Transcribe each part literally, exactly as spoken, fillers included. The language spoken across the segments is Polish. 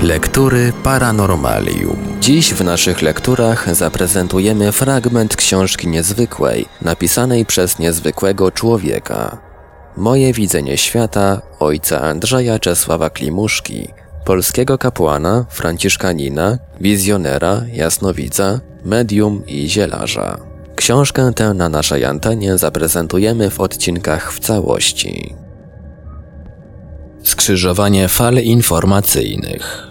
Lektury Paranormalium. Dziś w naszych lekturach zaprezentujemy fragment książki niezwykłej, napisanej przez niezwykłego człowieka. Moje widzenie świata ojca Andrzeja Czesława Klimuszki, polskiego kapłana, franciszkanina, wizjonera, jasnowidza, medium i zielarza. Książkę tę na naszej antenie zaprezentujemy w odcinkach w całości. Skrzyżowanie fal informacyjnych.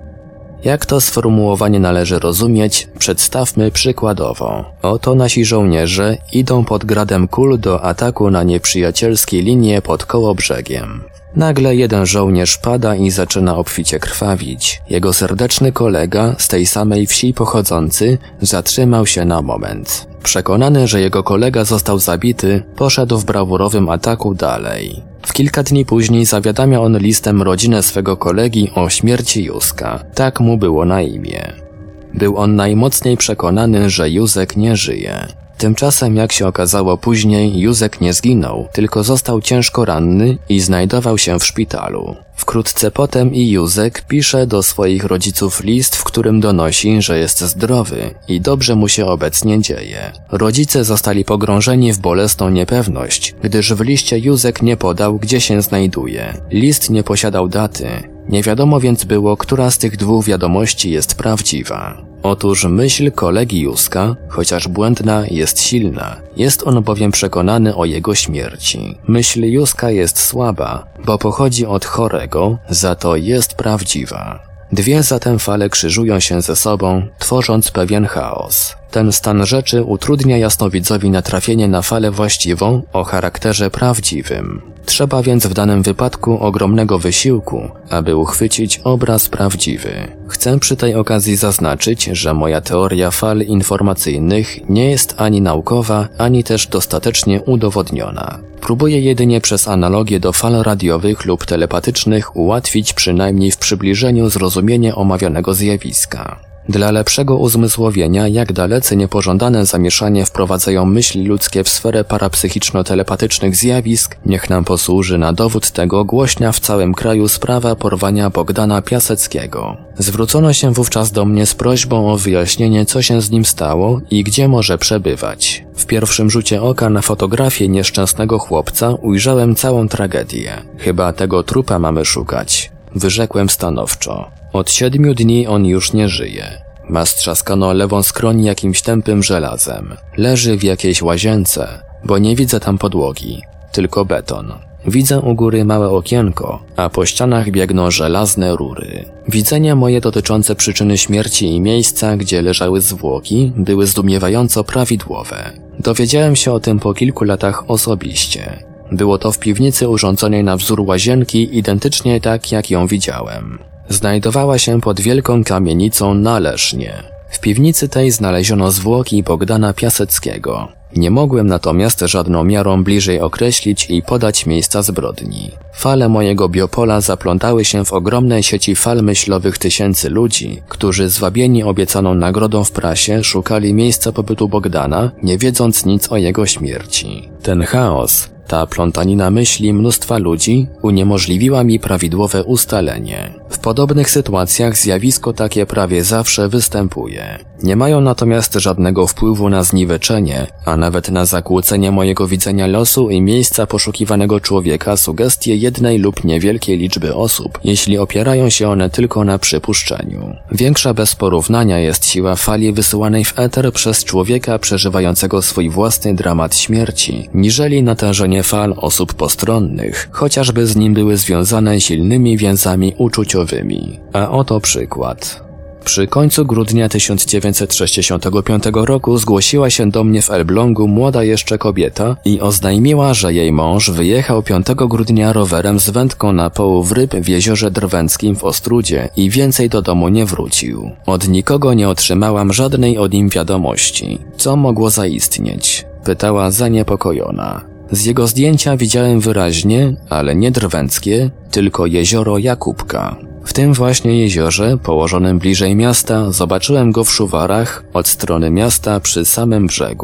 Jak to sformułowanie należy rozumieć, przedstawmy przykładowo. Oto nasi żołnierze idą pod gradem kul do ataku na nieprzyjacielskie linie pod Kołobrzegiem. Nagle jeden żołnierz pada i zaczyna obficie krwawić. Jego serdeczny kolega, z tej samej wsi pochodzący, zatrzymał się na moment. Przekonany, że jego kolega został zabity, poszedł w brawurowym ataku dalej. W kilka dni później zawiadamia on listem rodzinę swego kolegi o śmierci Józka. Tak mu było na imię. Był on najmocniej przekonany, że Józek nie żyje. Tymczasem, jak się okazało później, Józek nie zginął, tylko został ciężko ranny i znajdował się w szpitalu. Wkrótce potem i Józek pisze do swoich rodziców list, w którym donosi, że jest zdrowy i dobrze mu się obecnie dzieje. Rodzice zostali pogrążeni w bolesną niepewność, gdyż w liście Józek nie podał, gdzie się znajduje. List nie posiadał daty. Nie wiadomo więc było, która z tych dwóch wiadomości jest prawdziwa. Otóż myśl kolegi Józka, chociaż błędna, jest silna. Jest on bowiem przekonany o jego śmierci. Myśl Józka jest słaba, bo pochodzi od chorego, za to jest prawdziwa. Dwie zatem fale krzyżują się ze sobą, tworząc pewien chaos. Ten stan rzeczy utrudnia jasnowidzowi natrafienie na falę właściwą o charakterze prawdziwym. Trzeba więc w danym wypadku ogromnego wysiłku, aby uchwycić obraz prawdziwy. Chcę przy tej okazji zaznaczyć, że moja teoria fal informacyjnych nie jest ani naukowa, ani też dostatecznie udowodniona. Próbuję jedynie przez analogię do fal radiowych lub telepatycznych ułatwić przynajmniej w przybliżeniu zrozumienie omawianego zjawiska. Dla lepszego uzmysłowienia, jak dalece niepożądane zamieszanie wprowadzają myśli ludzkie w sferę parapsychiczno-telepatycznych zjawisk, niech nam posłuży na dowód tego głośna w całym kraju sprawa porwania Bogdana Piaseckiego. Zwrócono się wówczas do mnie z prośbą o wyjaśnienie, co się z nim stało i gdzie może przebywać. W pierwszym rzucie oka na fotografię nieszczęsnego chłopca ujrzałem całą tragedię. Chyba tego trupa mamy szukać. Wyrzekłem stanowczo. Od siedmiu dni on już nie żyje. Ma strzaskano lewą skroń jakimś tępym żelazem. Leży w jakiejś łazience, bo nie widzę tam podłogi, tylko beton. Widzę u góry małe okienko, a po ścianach biegną żelazne rury. Widzenia moje dotyczące przyczyny śmierci i miejsca, gdzie leżały zwłoki, były zdumiewająco prawidłowe. Dowiedziałem się o tym po kilku latach osobiście. Było to w piwnicy urządzonej na wzór łazienki, identycznie tak jak ją widziałem. Znajdowała się pod wielką kamienicą na Lesznie. W piwnicy tej znaleziono zwłoki Bogdana Piaseckiego. Nie mogłem natomiast żadną miarą bliżej określić i podać miejsca zbrodni. Fale mojego biopola zaplątały się w ogromnej sieci fal myślowych tysięcy ludzi, którzy zwabieni obiecaną nagrodą w prasie szukali miejsca pobytu Bogdana, nie wiedząc nic o jego śmierci. Ten chaos, ta plątanina myśli mnóstwa ludzi uniemożliwiła mi prawidłowe ustalenie. W podobnych sytuacjach zjawisko takie prawie zawsze występuje. Nie mają natomiast żadnego wpływu na zniweczenie, a nawet na zakłócenie mojego widzenia losu i miejsca poszukiwanego człowieka sugestie jednej lub niewielkiej liczby osób, jeśli opierają się one tylko na przypuszczeniu. Większa bez porównania jest siła fali wysyłanej w eter przez człowieka przeżywającego swój własny dramat śmierci, niżeli natężenie fal osób postronnych, chociażby z nim były związane silnymi więzami uczuciowymi. A oto przykład. Przy końcu grudnia tysiąc dziewięćset sześćdziesiątego piątego roku zgłosiła się do mnie w Elblągu młoda jeszcze kobieta i oznajmiła, że jej mąż wyjechał piątego grudnia rowerem z wędką na połów ryb w jeziorze Drwęckim w Ostródzie i więcej do domu nie wrócił. Od nikogo nie otrzymałam żadnej o nim wiadomości. Co mogło zaistnieć? Pytała zaniepokojona. Z jego zdjęcia widziałem wyraźnie, ale nie Drwęckie, tylko jezioro Jakubka. W tym właśnie jeziorze, położonym bliżej miasta, zobaczyłem go w Szuwarach, od strony miasta przy samym brzegu.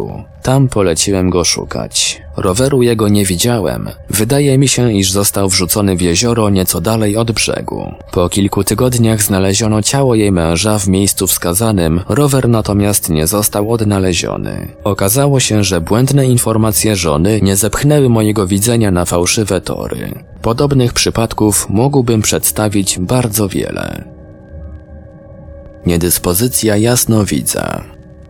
Tam poleciłem go szukać. Roweru jego nie widziałem. Wydaje mi się, iż został wrzucony w jezioro nieco dalej od brzegu. Po kilku tygodniach znaleziono ciało jej męża w miejscu wskazanym, rower natomiast nie został odnaleziony. Okazało się, że błędne informacje żony nie zepchnęły mojego widzenia na fałszywe tory. Podobnych przypadków mógłbym przedstawić bardzo wiele. Niedyspozycja jasnowidza.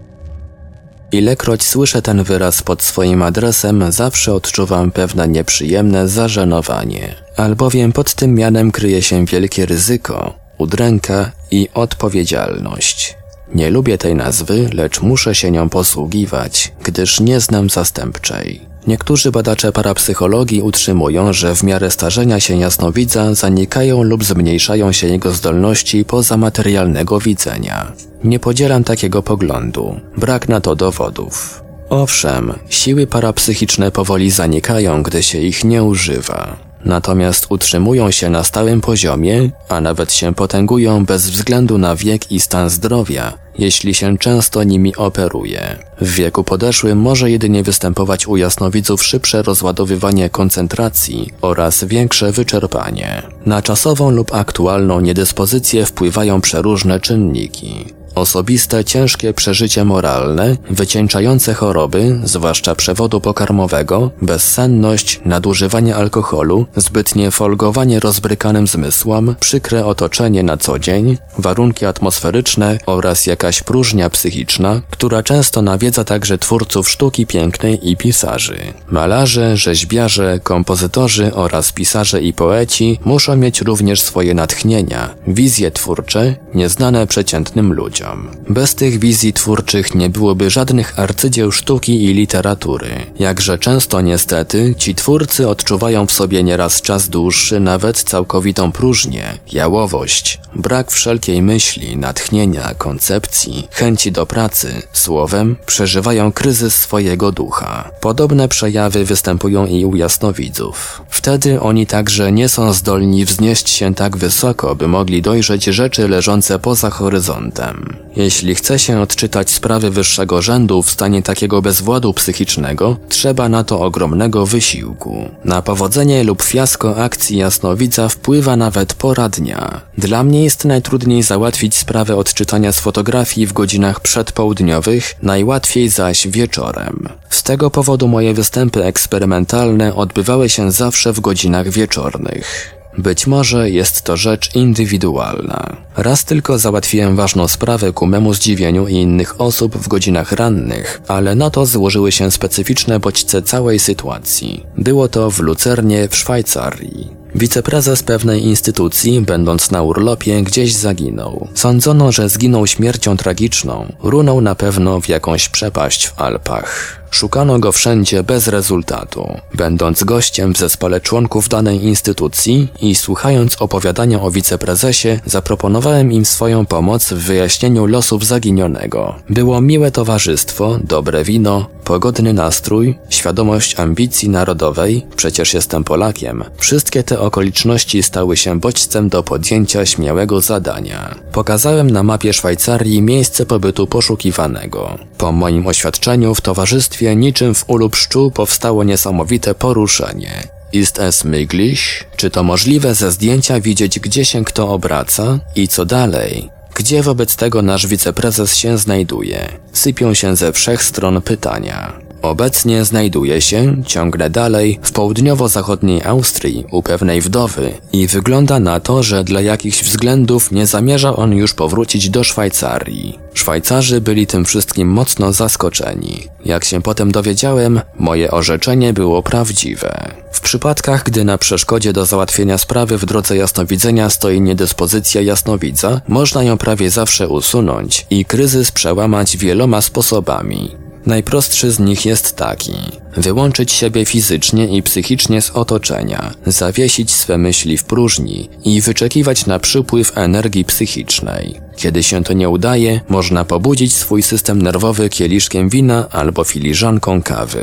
Ilekroć słyszę ten wyraz pod swoim adresem, zawsze odczuwam pewne nieprzyjemne zażenowanie, albowiem pod tym mianem kryje się wielkie ryzyko, udręka i odpowiedzialność. Nie lubię tej nazwy, lecz muszę się nią posługiwać, gdyż nie znam zastępczej. Niektórzy badacze parapsychologii utrzymują, że w miarę starzenia się jasnowidza zanikają lub zmniejszają się jego zdolności pozamaterialnego widzenia. Nie podzielam takiego poglądu. Brak na to dowodów. Owszem, siły parapsychiczne powoli zanikają, gdy się ich nie używa. Natomiast utrzymują się na stałym poziomie, a nawet się potęgują bez względu na wiek i stan zdrowia, jeśli się często nimi operuje. W wieku podeszłym może jedynie występować u jasnowidzów szybsze rozładowywanie koncentracji oraz większe wyczerpanie. Na czasową lub aktualną niedyspozycję wpływają przeróżne czynniki. Osobiste, ciężkie przeżycie moralne, wycieńczające choroby, zwłaszcza przewodu pokarmowego, bezsenność, nadużywanie alkoholu, zbytnie folgowanie rozbrykanym zmysłom, przykre otoczenie na co dzień, warunki atmosferyczne oraz jakaś próżnia psychiczna, która często nawiedza także twórców sztuki pięknej i pisarzy. Malarze, rzeźbiarze, kompozytorzy oraz pisarze i poeci muszą mieć również swoje natchnienia, wizje twórcze, nieznane przeciętnym ludziom. Bez tych wizji twórczych nie byłoby żadnych arcydzieł sztuki i literatury. Jakże często niestety ci twórcy odczuwają w sobie nieraz czas dłuższy nawet całkowitą próżnię, jałowość, brak wszelkiej myśli, natchnienia, koncepcji, chęci do pracy, słowem przeżywają kryzys swojego ducha. Podobne przejawy występują i u jasnowidzów. Wtedy oni także nie są zdolni wznieść się tak wysoko, by mogli dojrzeć rzeczy leżące poza horyzontem. Jeśli chce się odczytać sprawy wyższego rzędu w stanie takiego bezwładu psychicznego, trzeba na to ogromnego wysiłku. Na powodzenie lub fiasko akcji jasnowidza wpływa nawet pora dnia. Dla mnie jest najtrudniej załatwić sprawę odczytania z fotografii w godzinach przedpołudniowych, najłatwiej zaś wieczorem. Z tego powodu moje występy eksperymentalne odbywały się zawsze w godzinach wieczornych. Być może jest to rzecz indywidualna. Raz tylko załatwiłem ważną sprawę ku memu zdziwieniu i innych osób w godzinach rannych, ale na to złożyły się specyficzne bodźce całej sytuacji. Było to w Lucernie w Szwajcarii. Wiceprezes pewnej instytucji, będąc na urlopie, gdzieś zaginął. Sądzono, że zginął śmiercią tragiczną. Runął na pewno w jakąś przepaść w Alpach. Szukano go wszędzie bez rezultatu. Będąc gościem w zespole członków danej instytucji i słuchając opowiadania o wiceprezesie, zaproponowałem im swoją pomoc w wyjaśnieniu losów zaginionego. Było miłe towarzystwo, dobre wino, pogodny nastrój, świadomość ambicji narodowej, przecież jestem Polakiem. Wszystkie te okoliczności stały się bodźcem do podjęcia śmiałego zadania. Pokazałem na mapie Szwajcarii miejsce pobytu poszukiwanego. Po moim oświadczeniu w towarzystwie niczym w ulu pszczół powstało niesamowite poruszenie. Ist es möglich? Czy to możliwe ze zdjęcia widzieć, gdzie się kto obraca? I co dalej? Gdzie wobec tego nasz wiceprezes się znajduje? Sypią się ze wszech stron pytania. Obecnie znajduje się, ciągnę dalej, w południowo-zachodniej Austrii u pewnej wdowy i wygląda na to, że dla jakichś względów nie zamierza on już powrócić do Szwajcarii. Szwajcarzy byli tym wszystkim mocno zaskoczeni. Jak się potem dowiedziałem, moje orzeczenie było prawdziwe. W przypadkach, gdy na przeszkodzie do załatwienia sprawy w drodze jasnowidzenia stoi niedyspozycja jasnowidza, można ją prawie zawsze usunąć i kryzys przełamać wieloma sposobami. Najprostszy z nich jest taki: wyłączyć siebie fizycznie i psychicznie z otoczenia, zawiesić swe myśli w próżni i wyczekiwać na przypływ energii psychicznej. Kiedy się to nie udaje, można pobudzić swój system nerwowy kieliszkiem wina albo filiżanką kawy.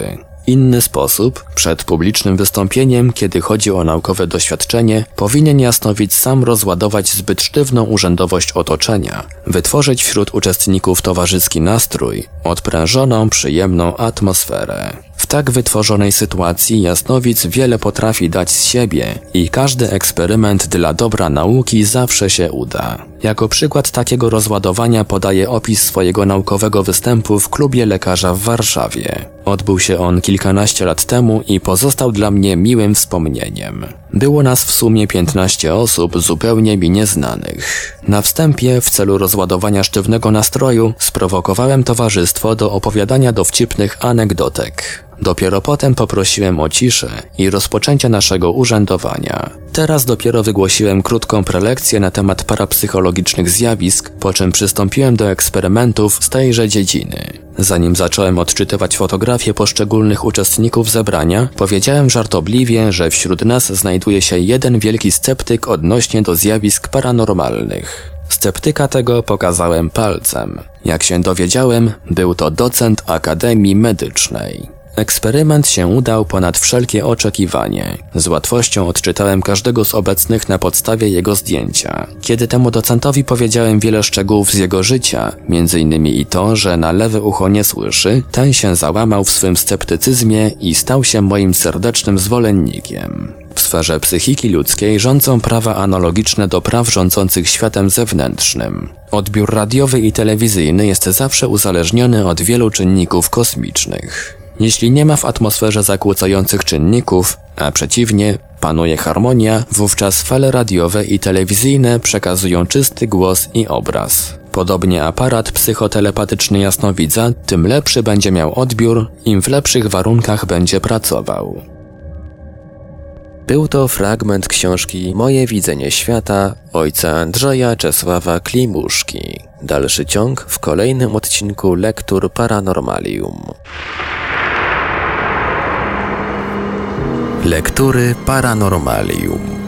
Inny sposób, przed publicznym wystąpieniem, kiedy chodzi o naukowe doświadczenie, powinien jasnowic sam rozładować zbyt sztywną urzędowość otoczenia, wytworzyć wśród uczestników towarzyski nastrój, odprężoną, przyjemną atmosferę. W tak wytworzonej sytuacji jasnowic wiele potrafi dać z siebie i każdy eksperyment dla dobra nauki zawsze się uda. Jako przykład takiego rozładowania podaję opis swojego naukowego występu w klubie lekarza w Warszawie. Odbył się on kilkanaście lat temu i pozostał dla mnie miłym wspomnieniem. Było nas w sumie piętnaście osób zupełnie mi nieznanych. Na wstępie, w celu rozładowania sztywnego nastroju, sprowokowałem towarzystwo do opowiadania dowcipnych anegdotek. Dopiero potem poprosiłem o ciszę i rozpoczęcie naszego urzędowania. Teraz dopiero wygłosiłem krótką prelekcję na temat parapsychologicznych zjawisk, po czym przystąpiłem do eksperymentów z tejże dziedziny. Zanim zacząłem odczytywać fotografie poszczególnych uczestników zebrania, powiedziałem żartobliwie, że wśród nas znajduje się jeden wielki sceptyk odnośnie do zjawisk paranormalnych. Sceptyka tego pokazałem palcem. Jak się dowiedziałem, był to docent Akademii Medycznej. Eksperyment się udał ponad wszelkie oczekiwanie. Z łatwością odczytałem każdego z obecnych na podstawie jego zdjęcia. Kiedy temu docentowi powiedziałem wiele szczegółów z jego życia, między innymi i to, że na lewe ucho nie słyszy, ten się załamał w swym sceptycyzmie i stał się moim serdecznym zwolennikiem. W sferze psychiki ludzkiej rządzą prawa analogiczne do praw rządzących światem zewnętrznym. Odbiór radiowy i telewizyjny jest zawsze uzależniony od wielu czynników kosmicznych. Jeśli nie ma w atmosferze zakłócających czynników, a przeciwnie, panuje harmonia, wówczas fale radiowe i telewizyjne przekazują czysty głos i obraz. Podobnie aparat psychotelepatyczny jasnowidza, tym lepszy będzie miał odbiór, im w lepszych warunkach będzie pracował. Był to fragment książki Moje widzenie świata ojca Andrzeja Czesława Klimuszki. Dalszy ciąg w kolejnym odcinku Lektur Paranormalium. Lektury Paranormalium.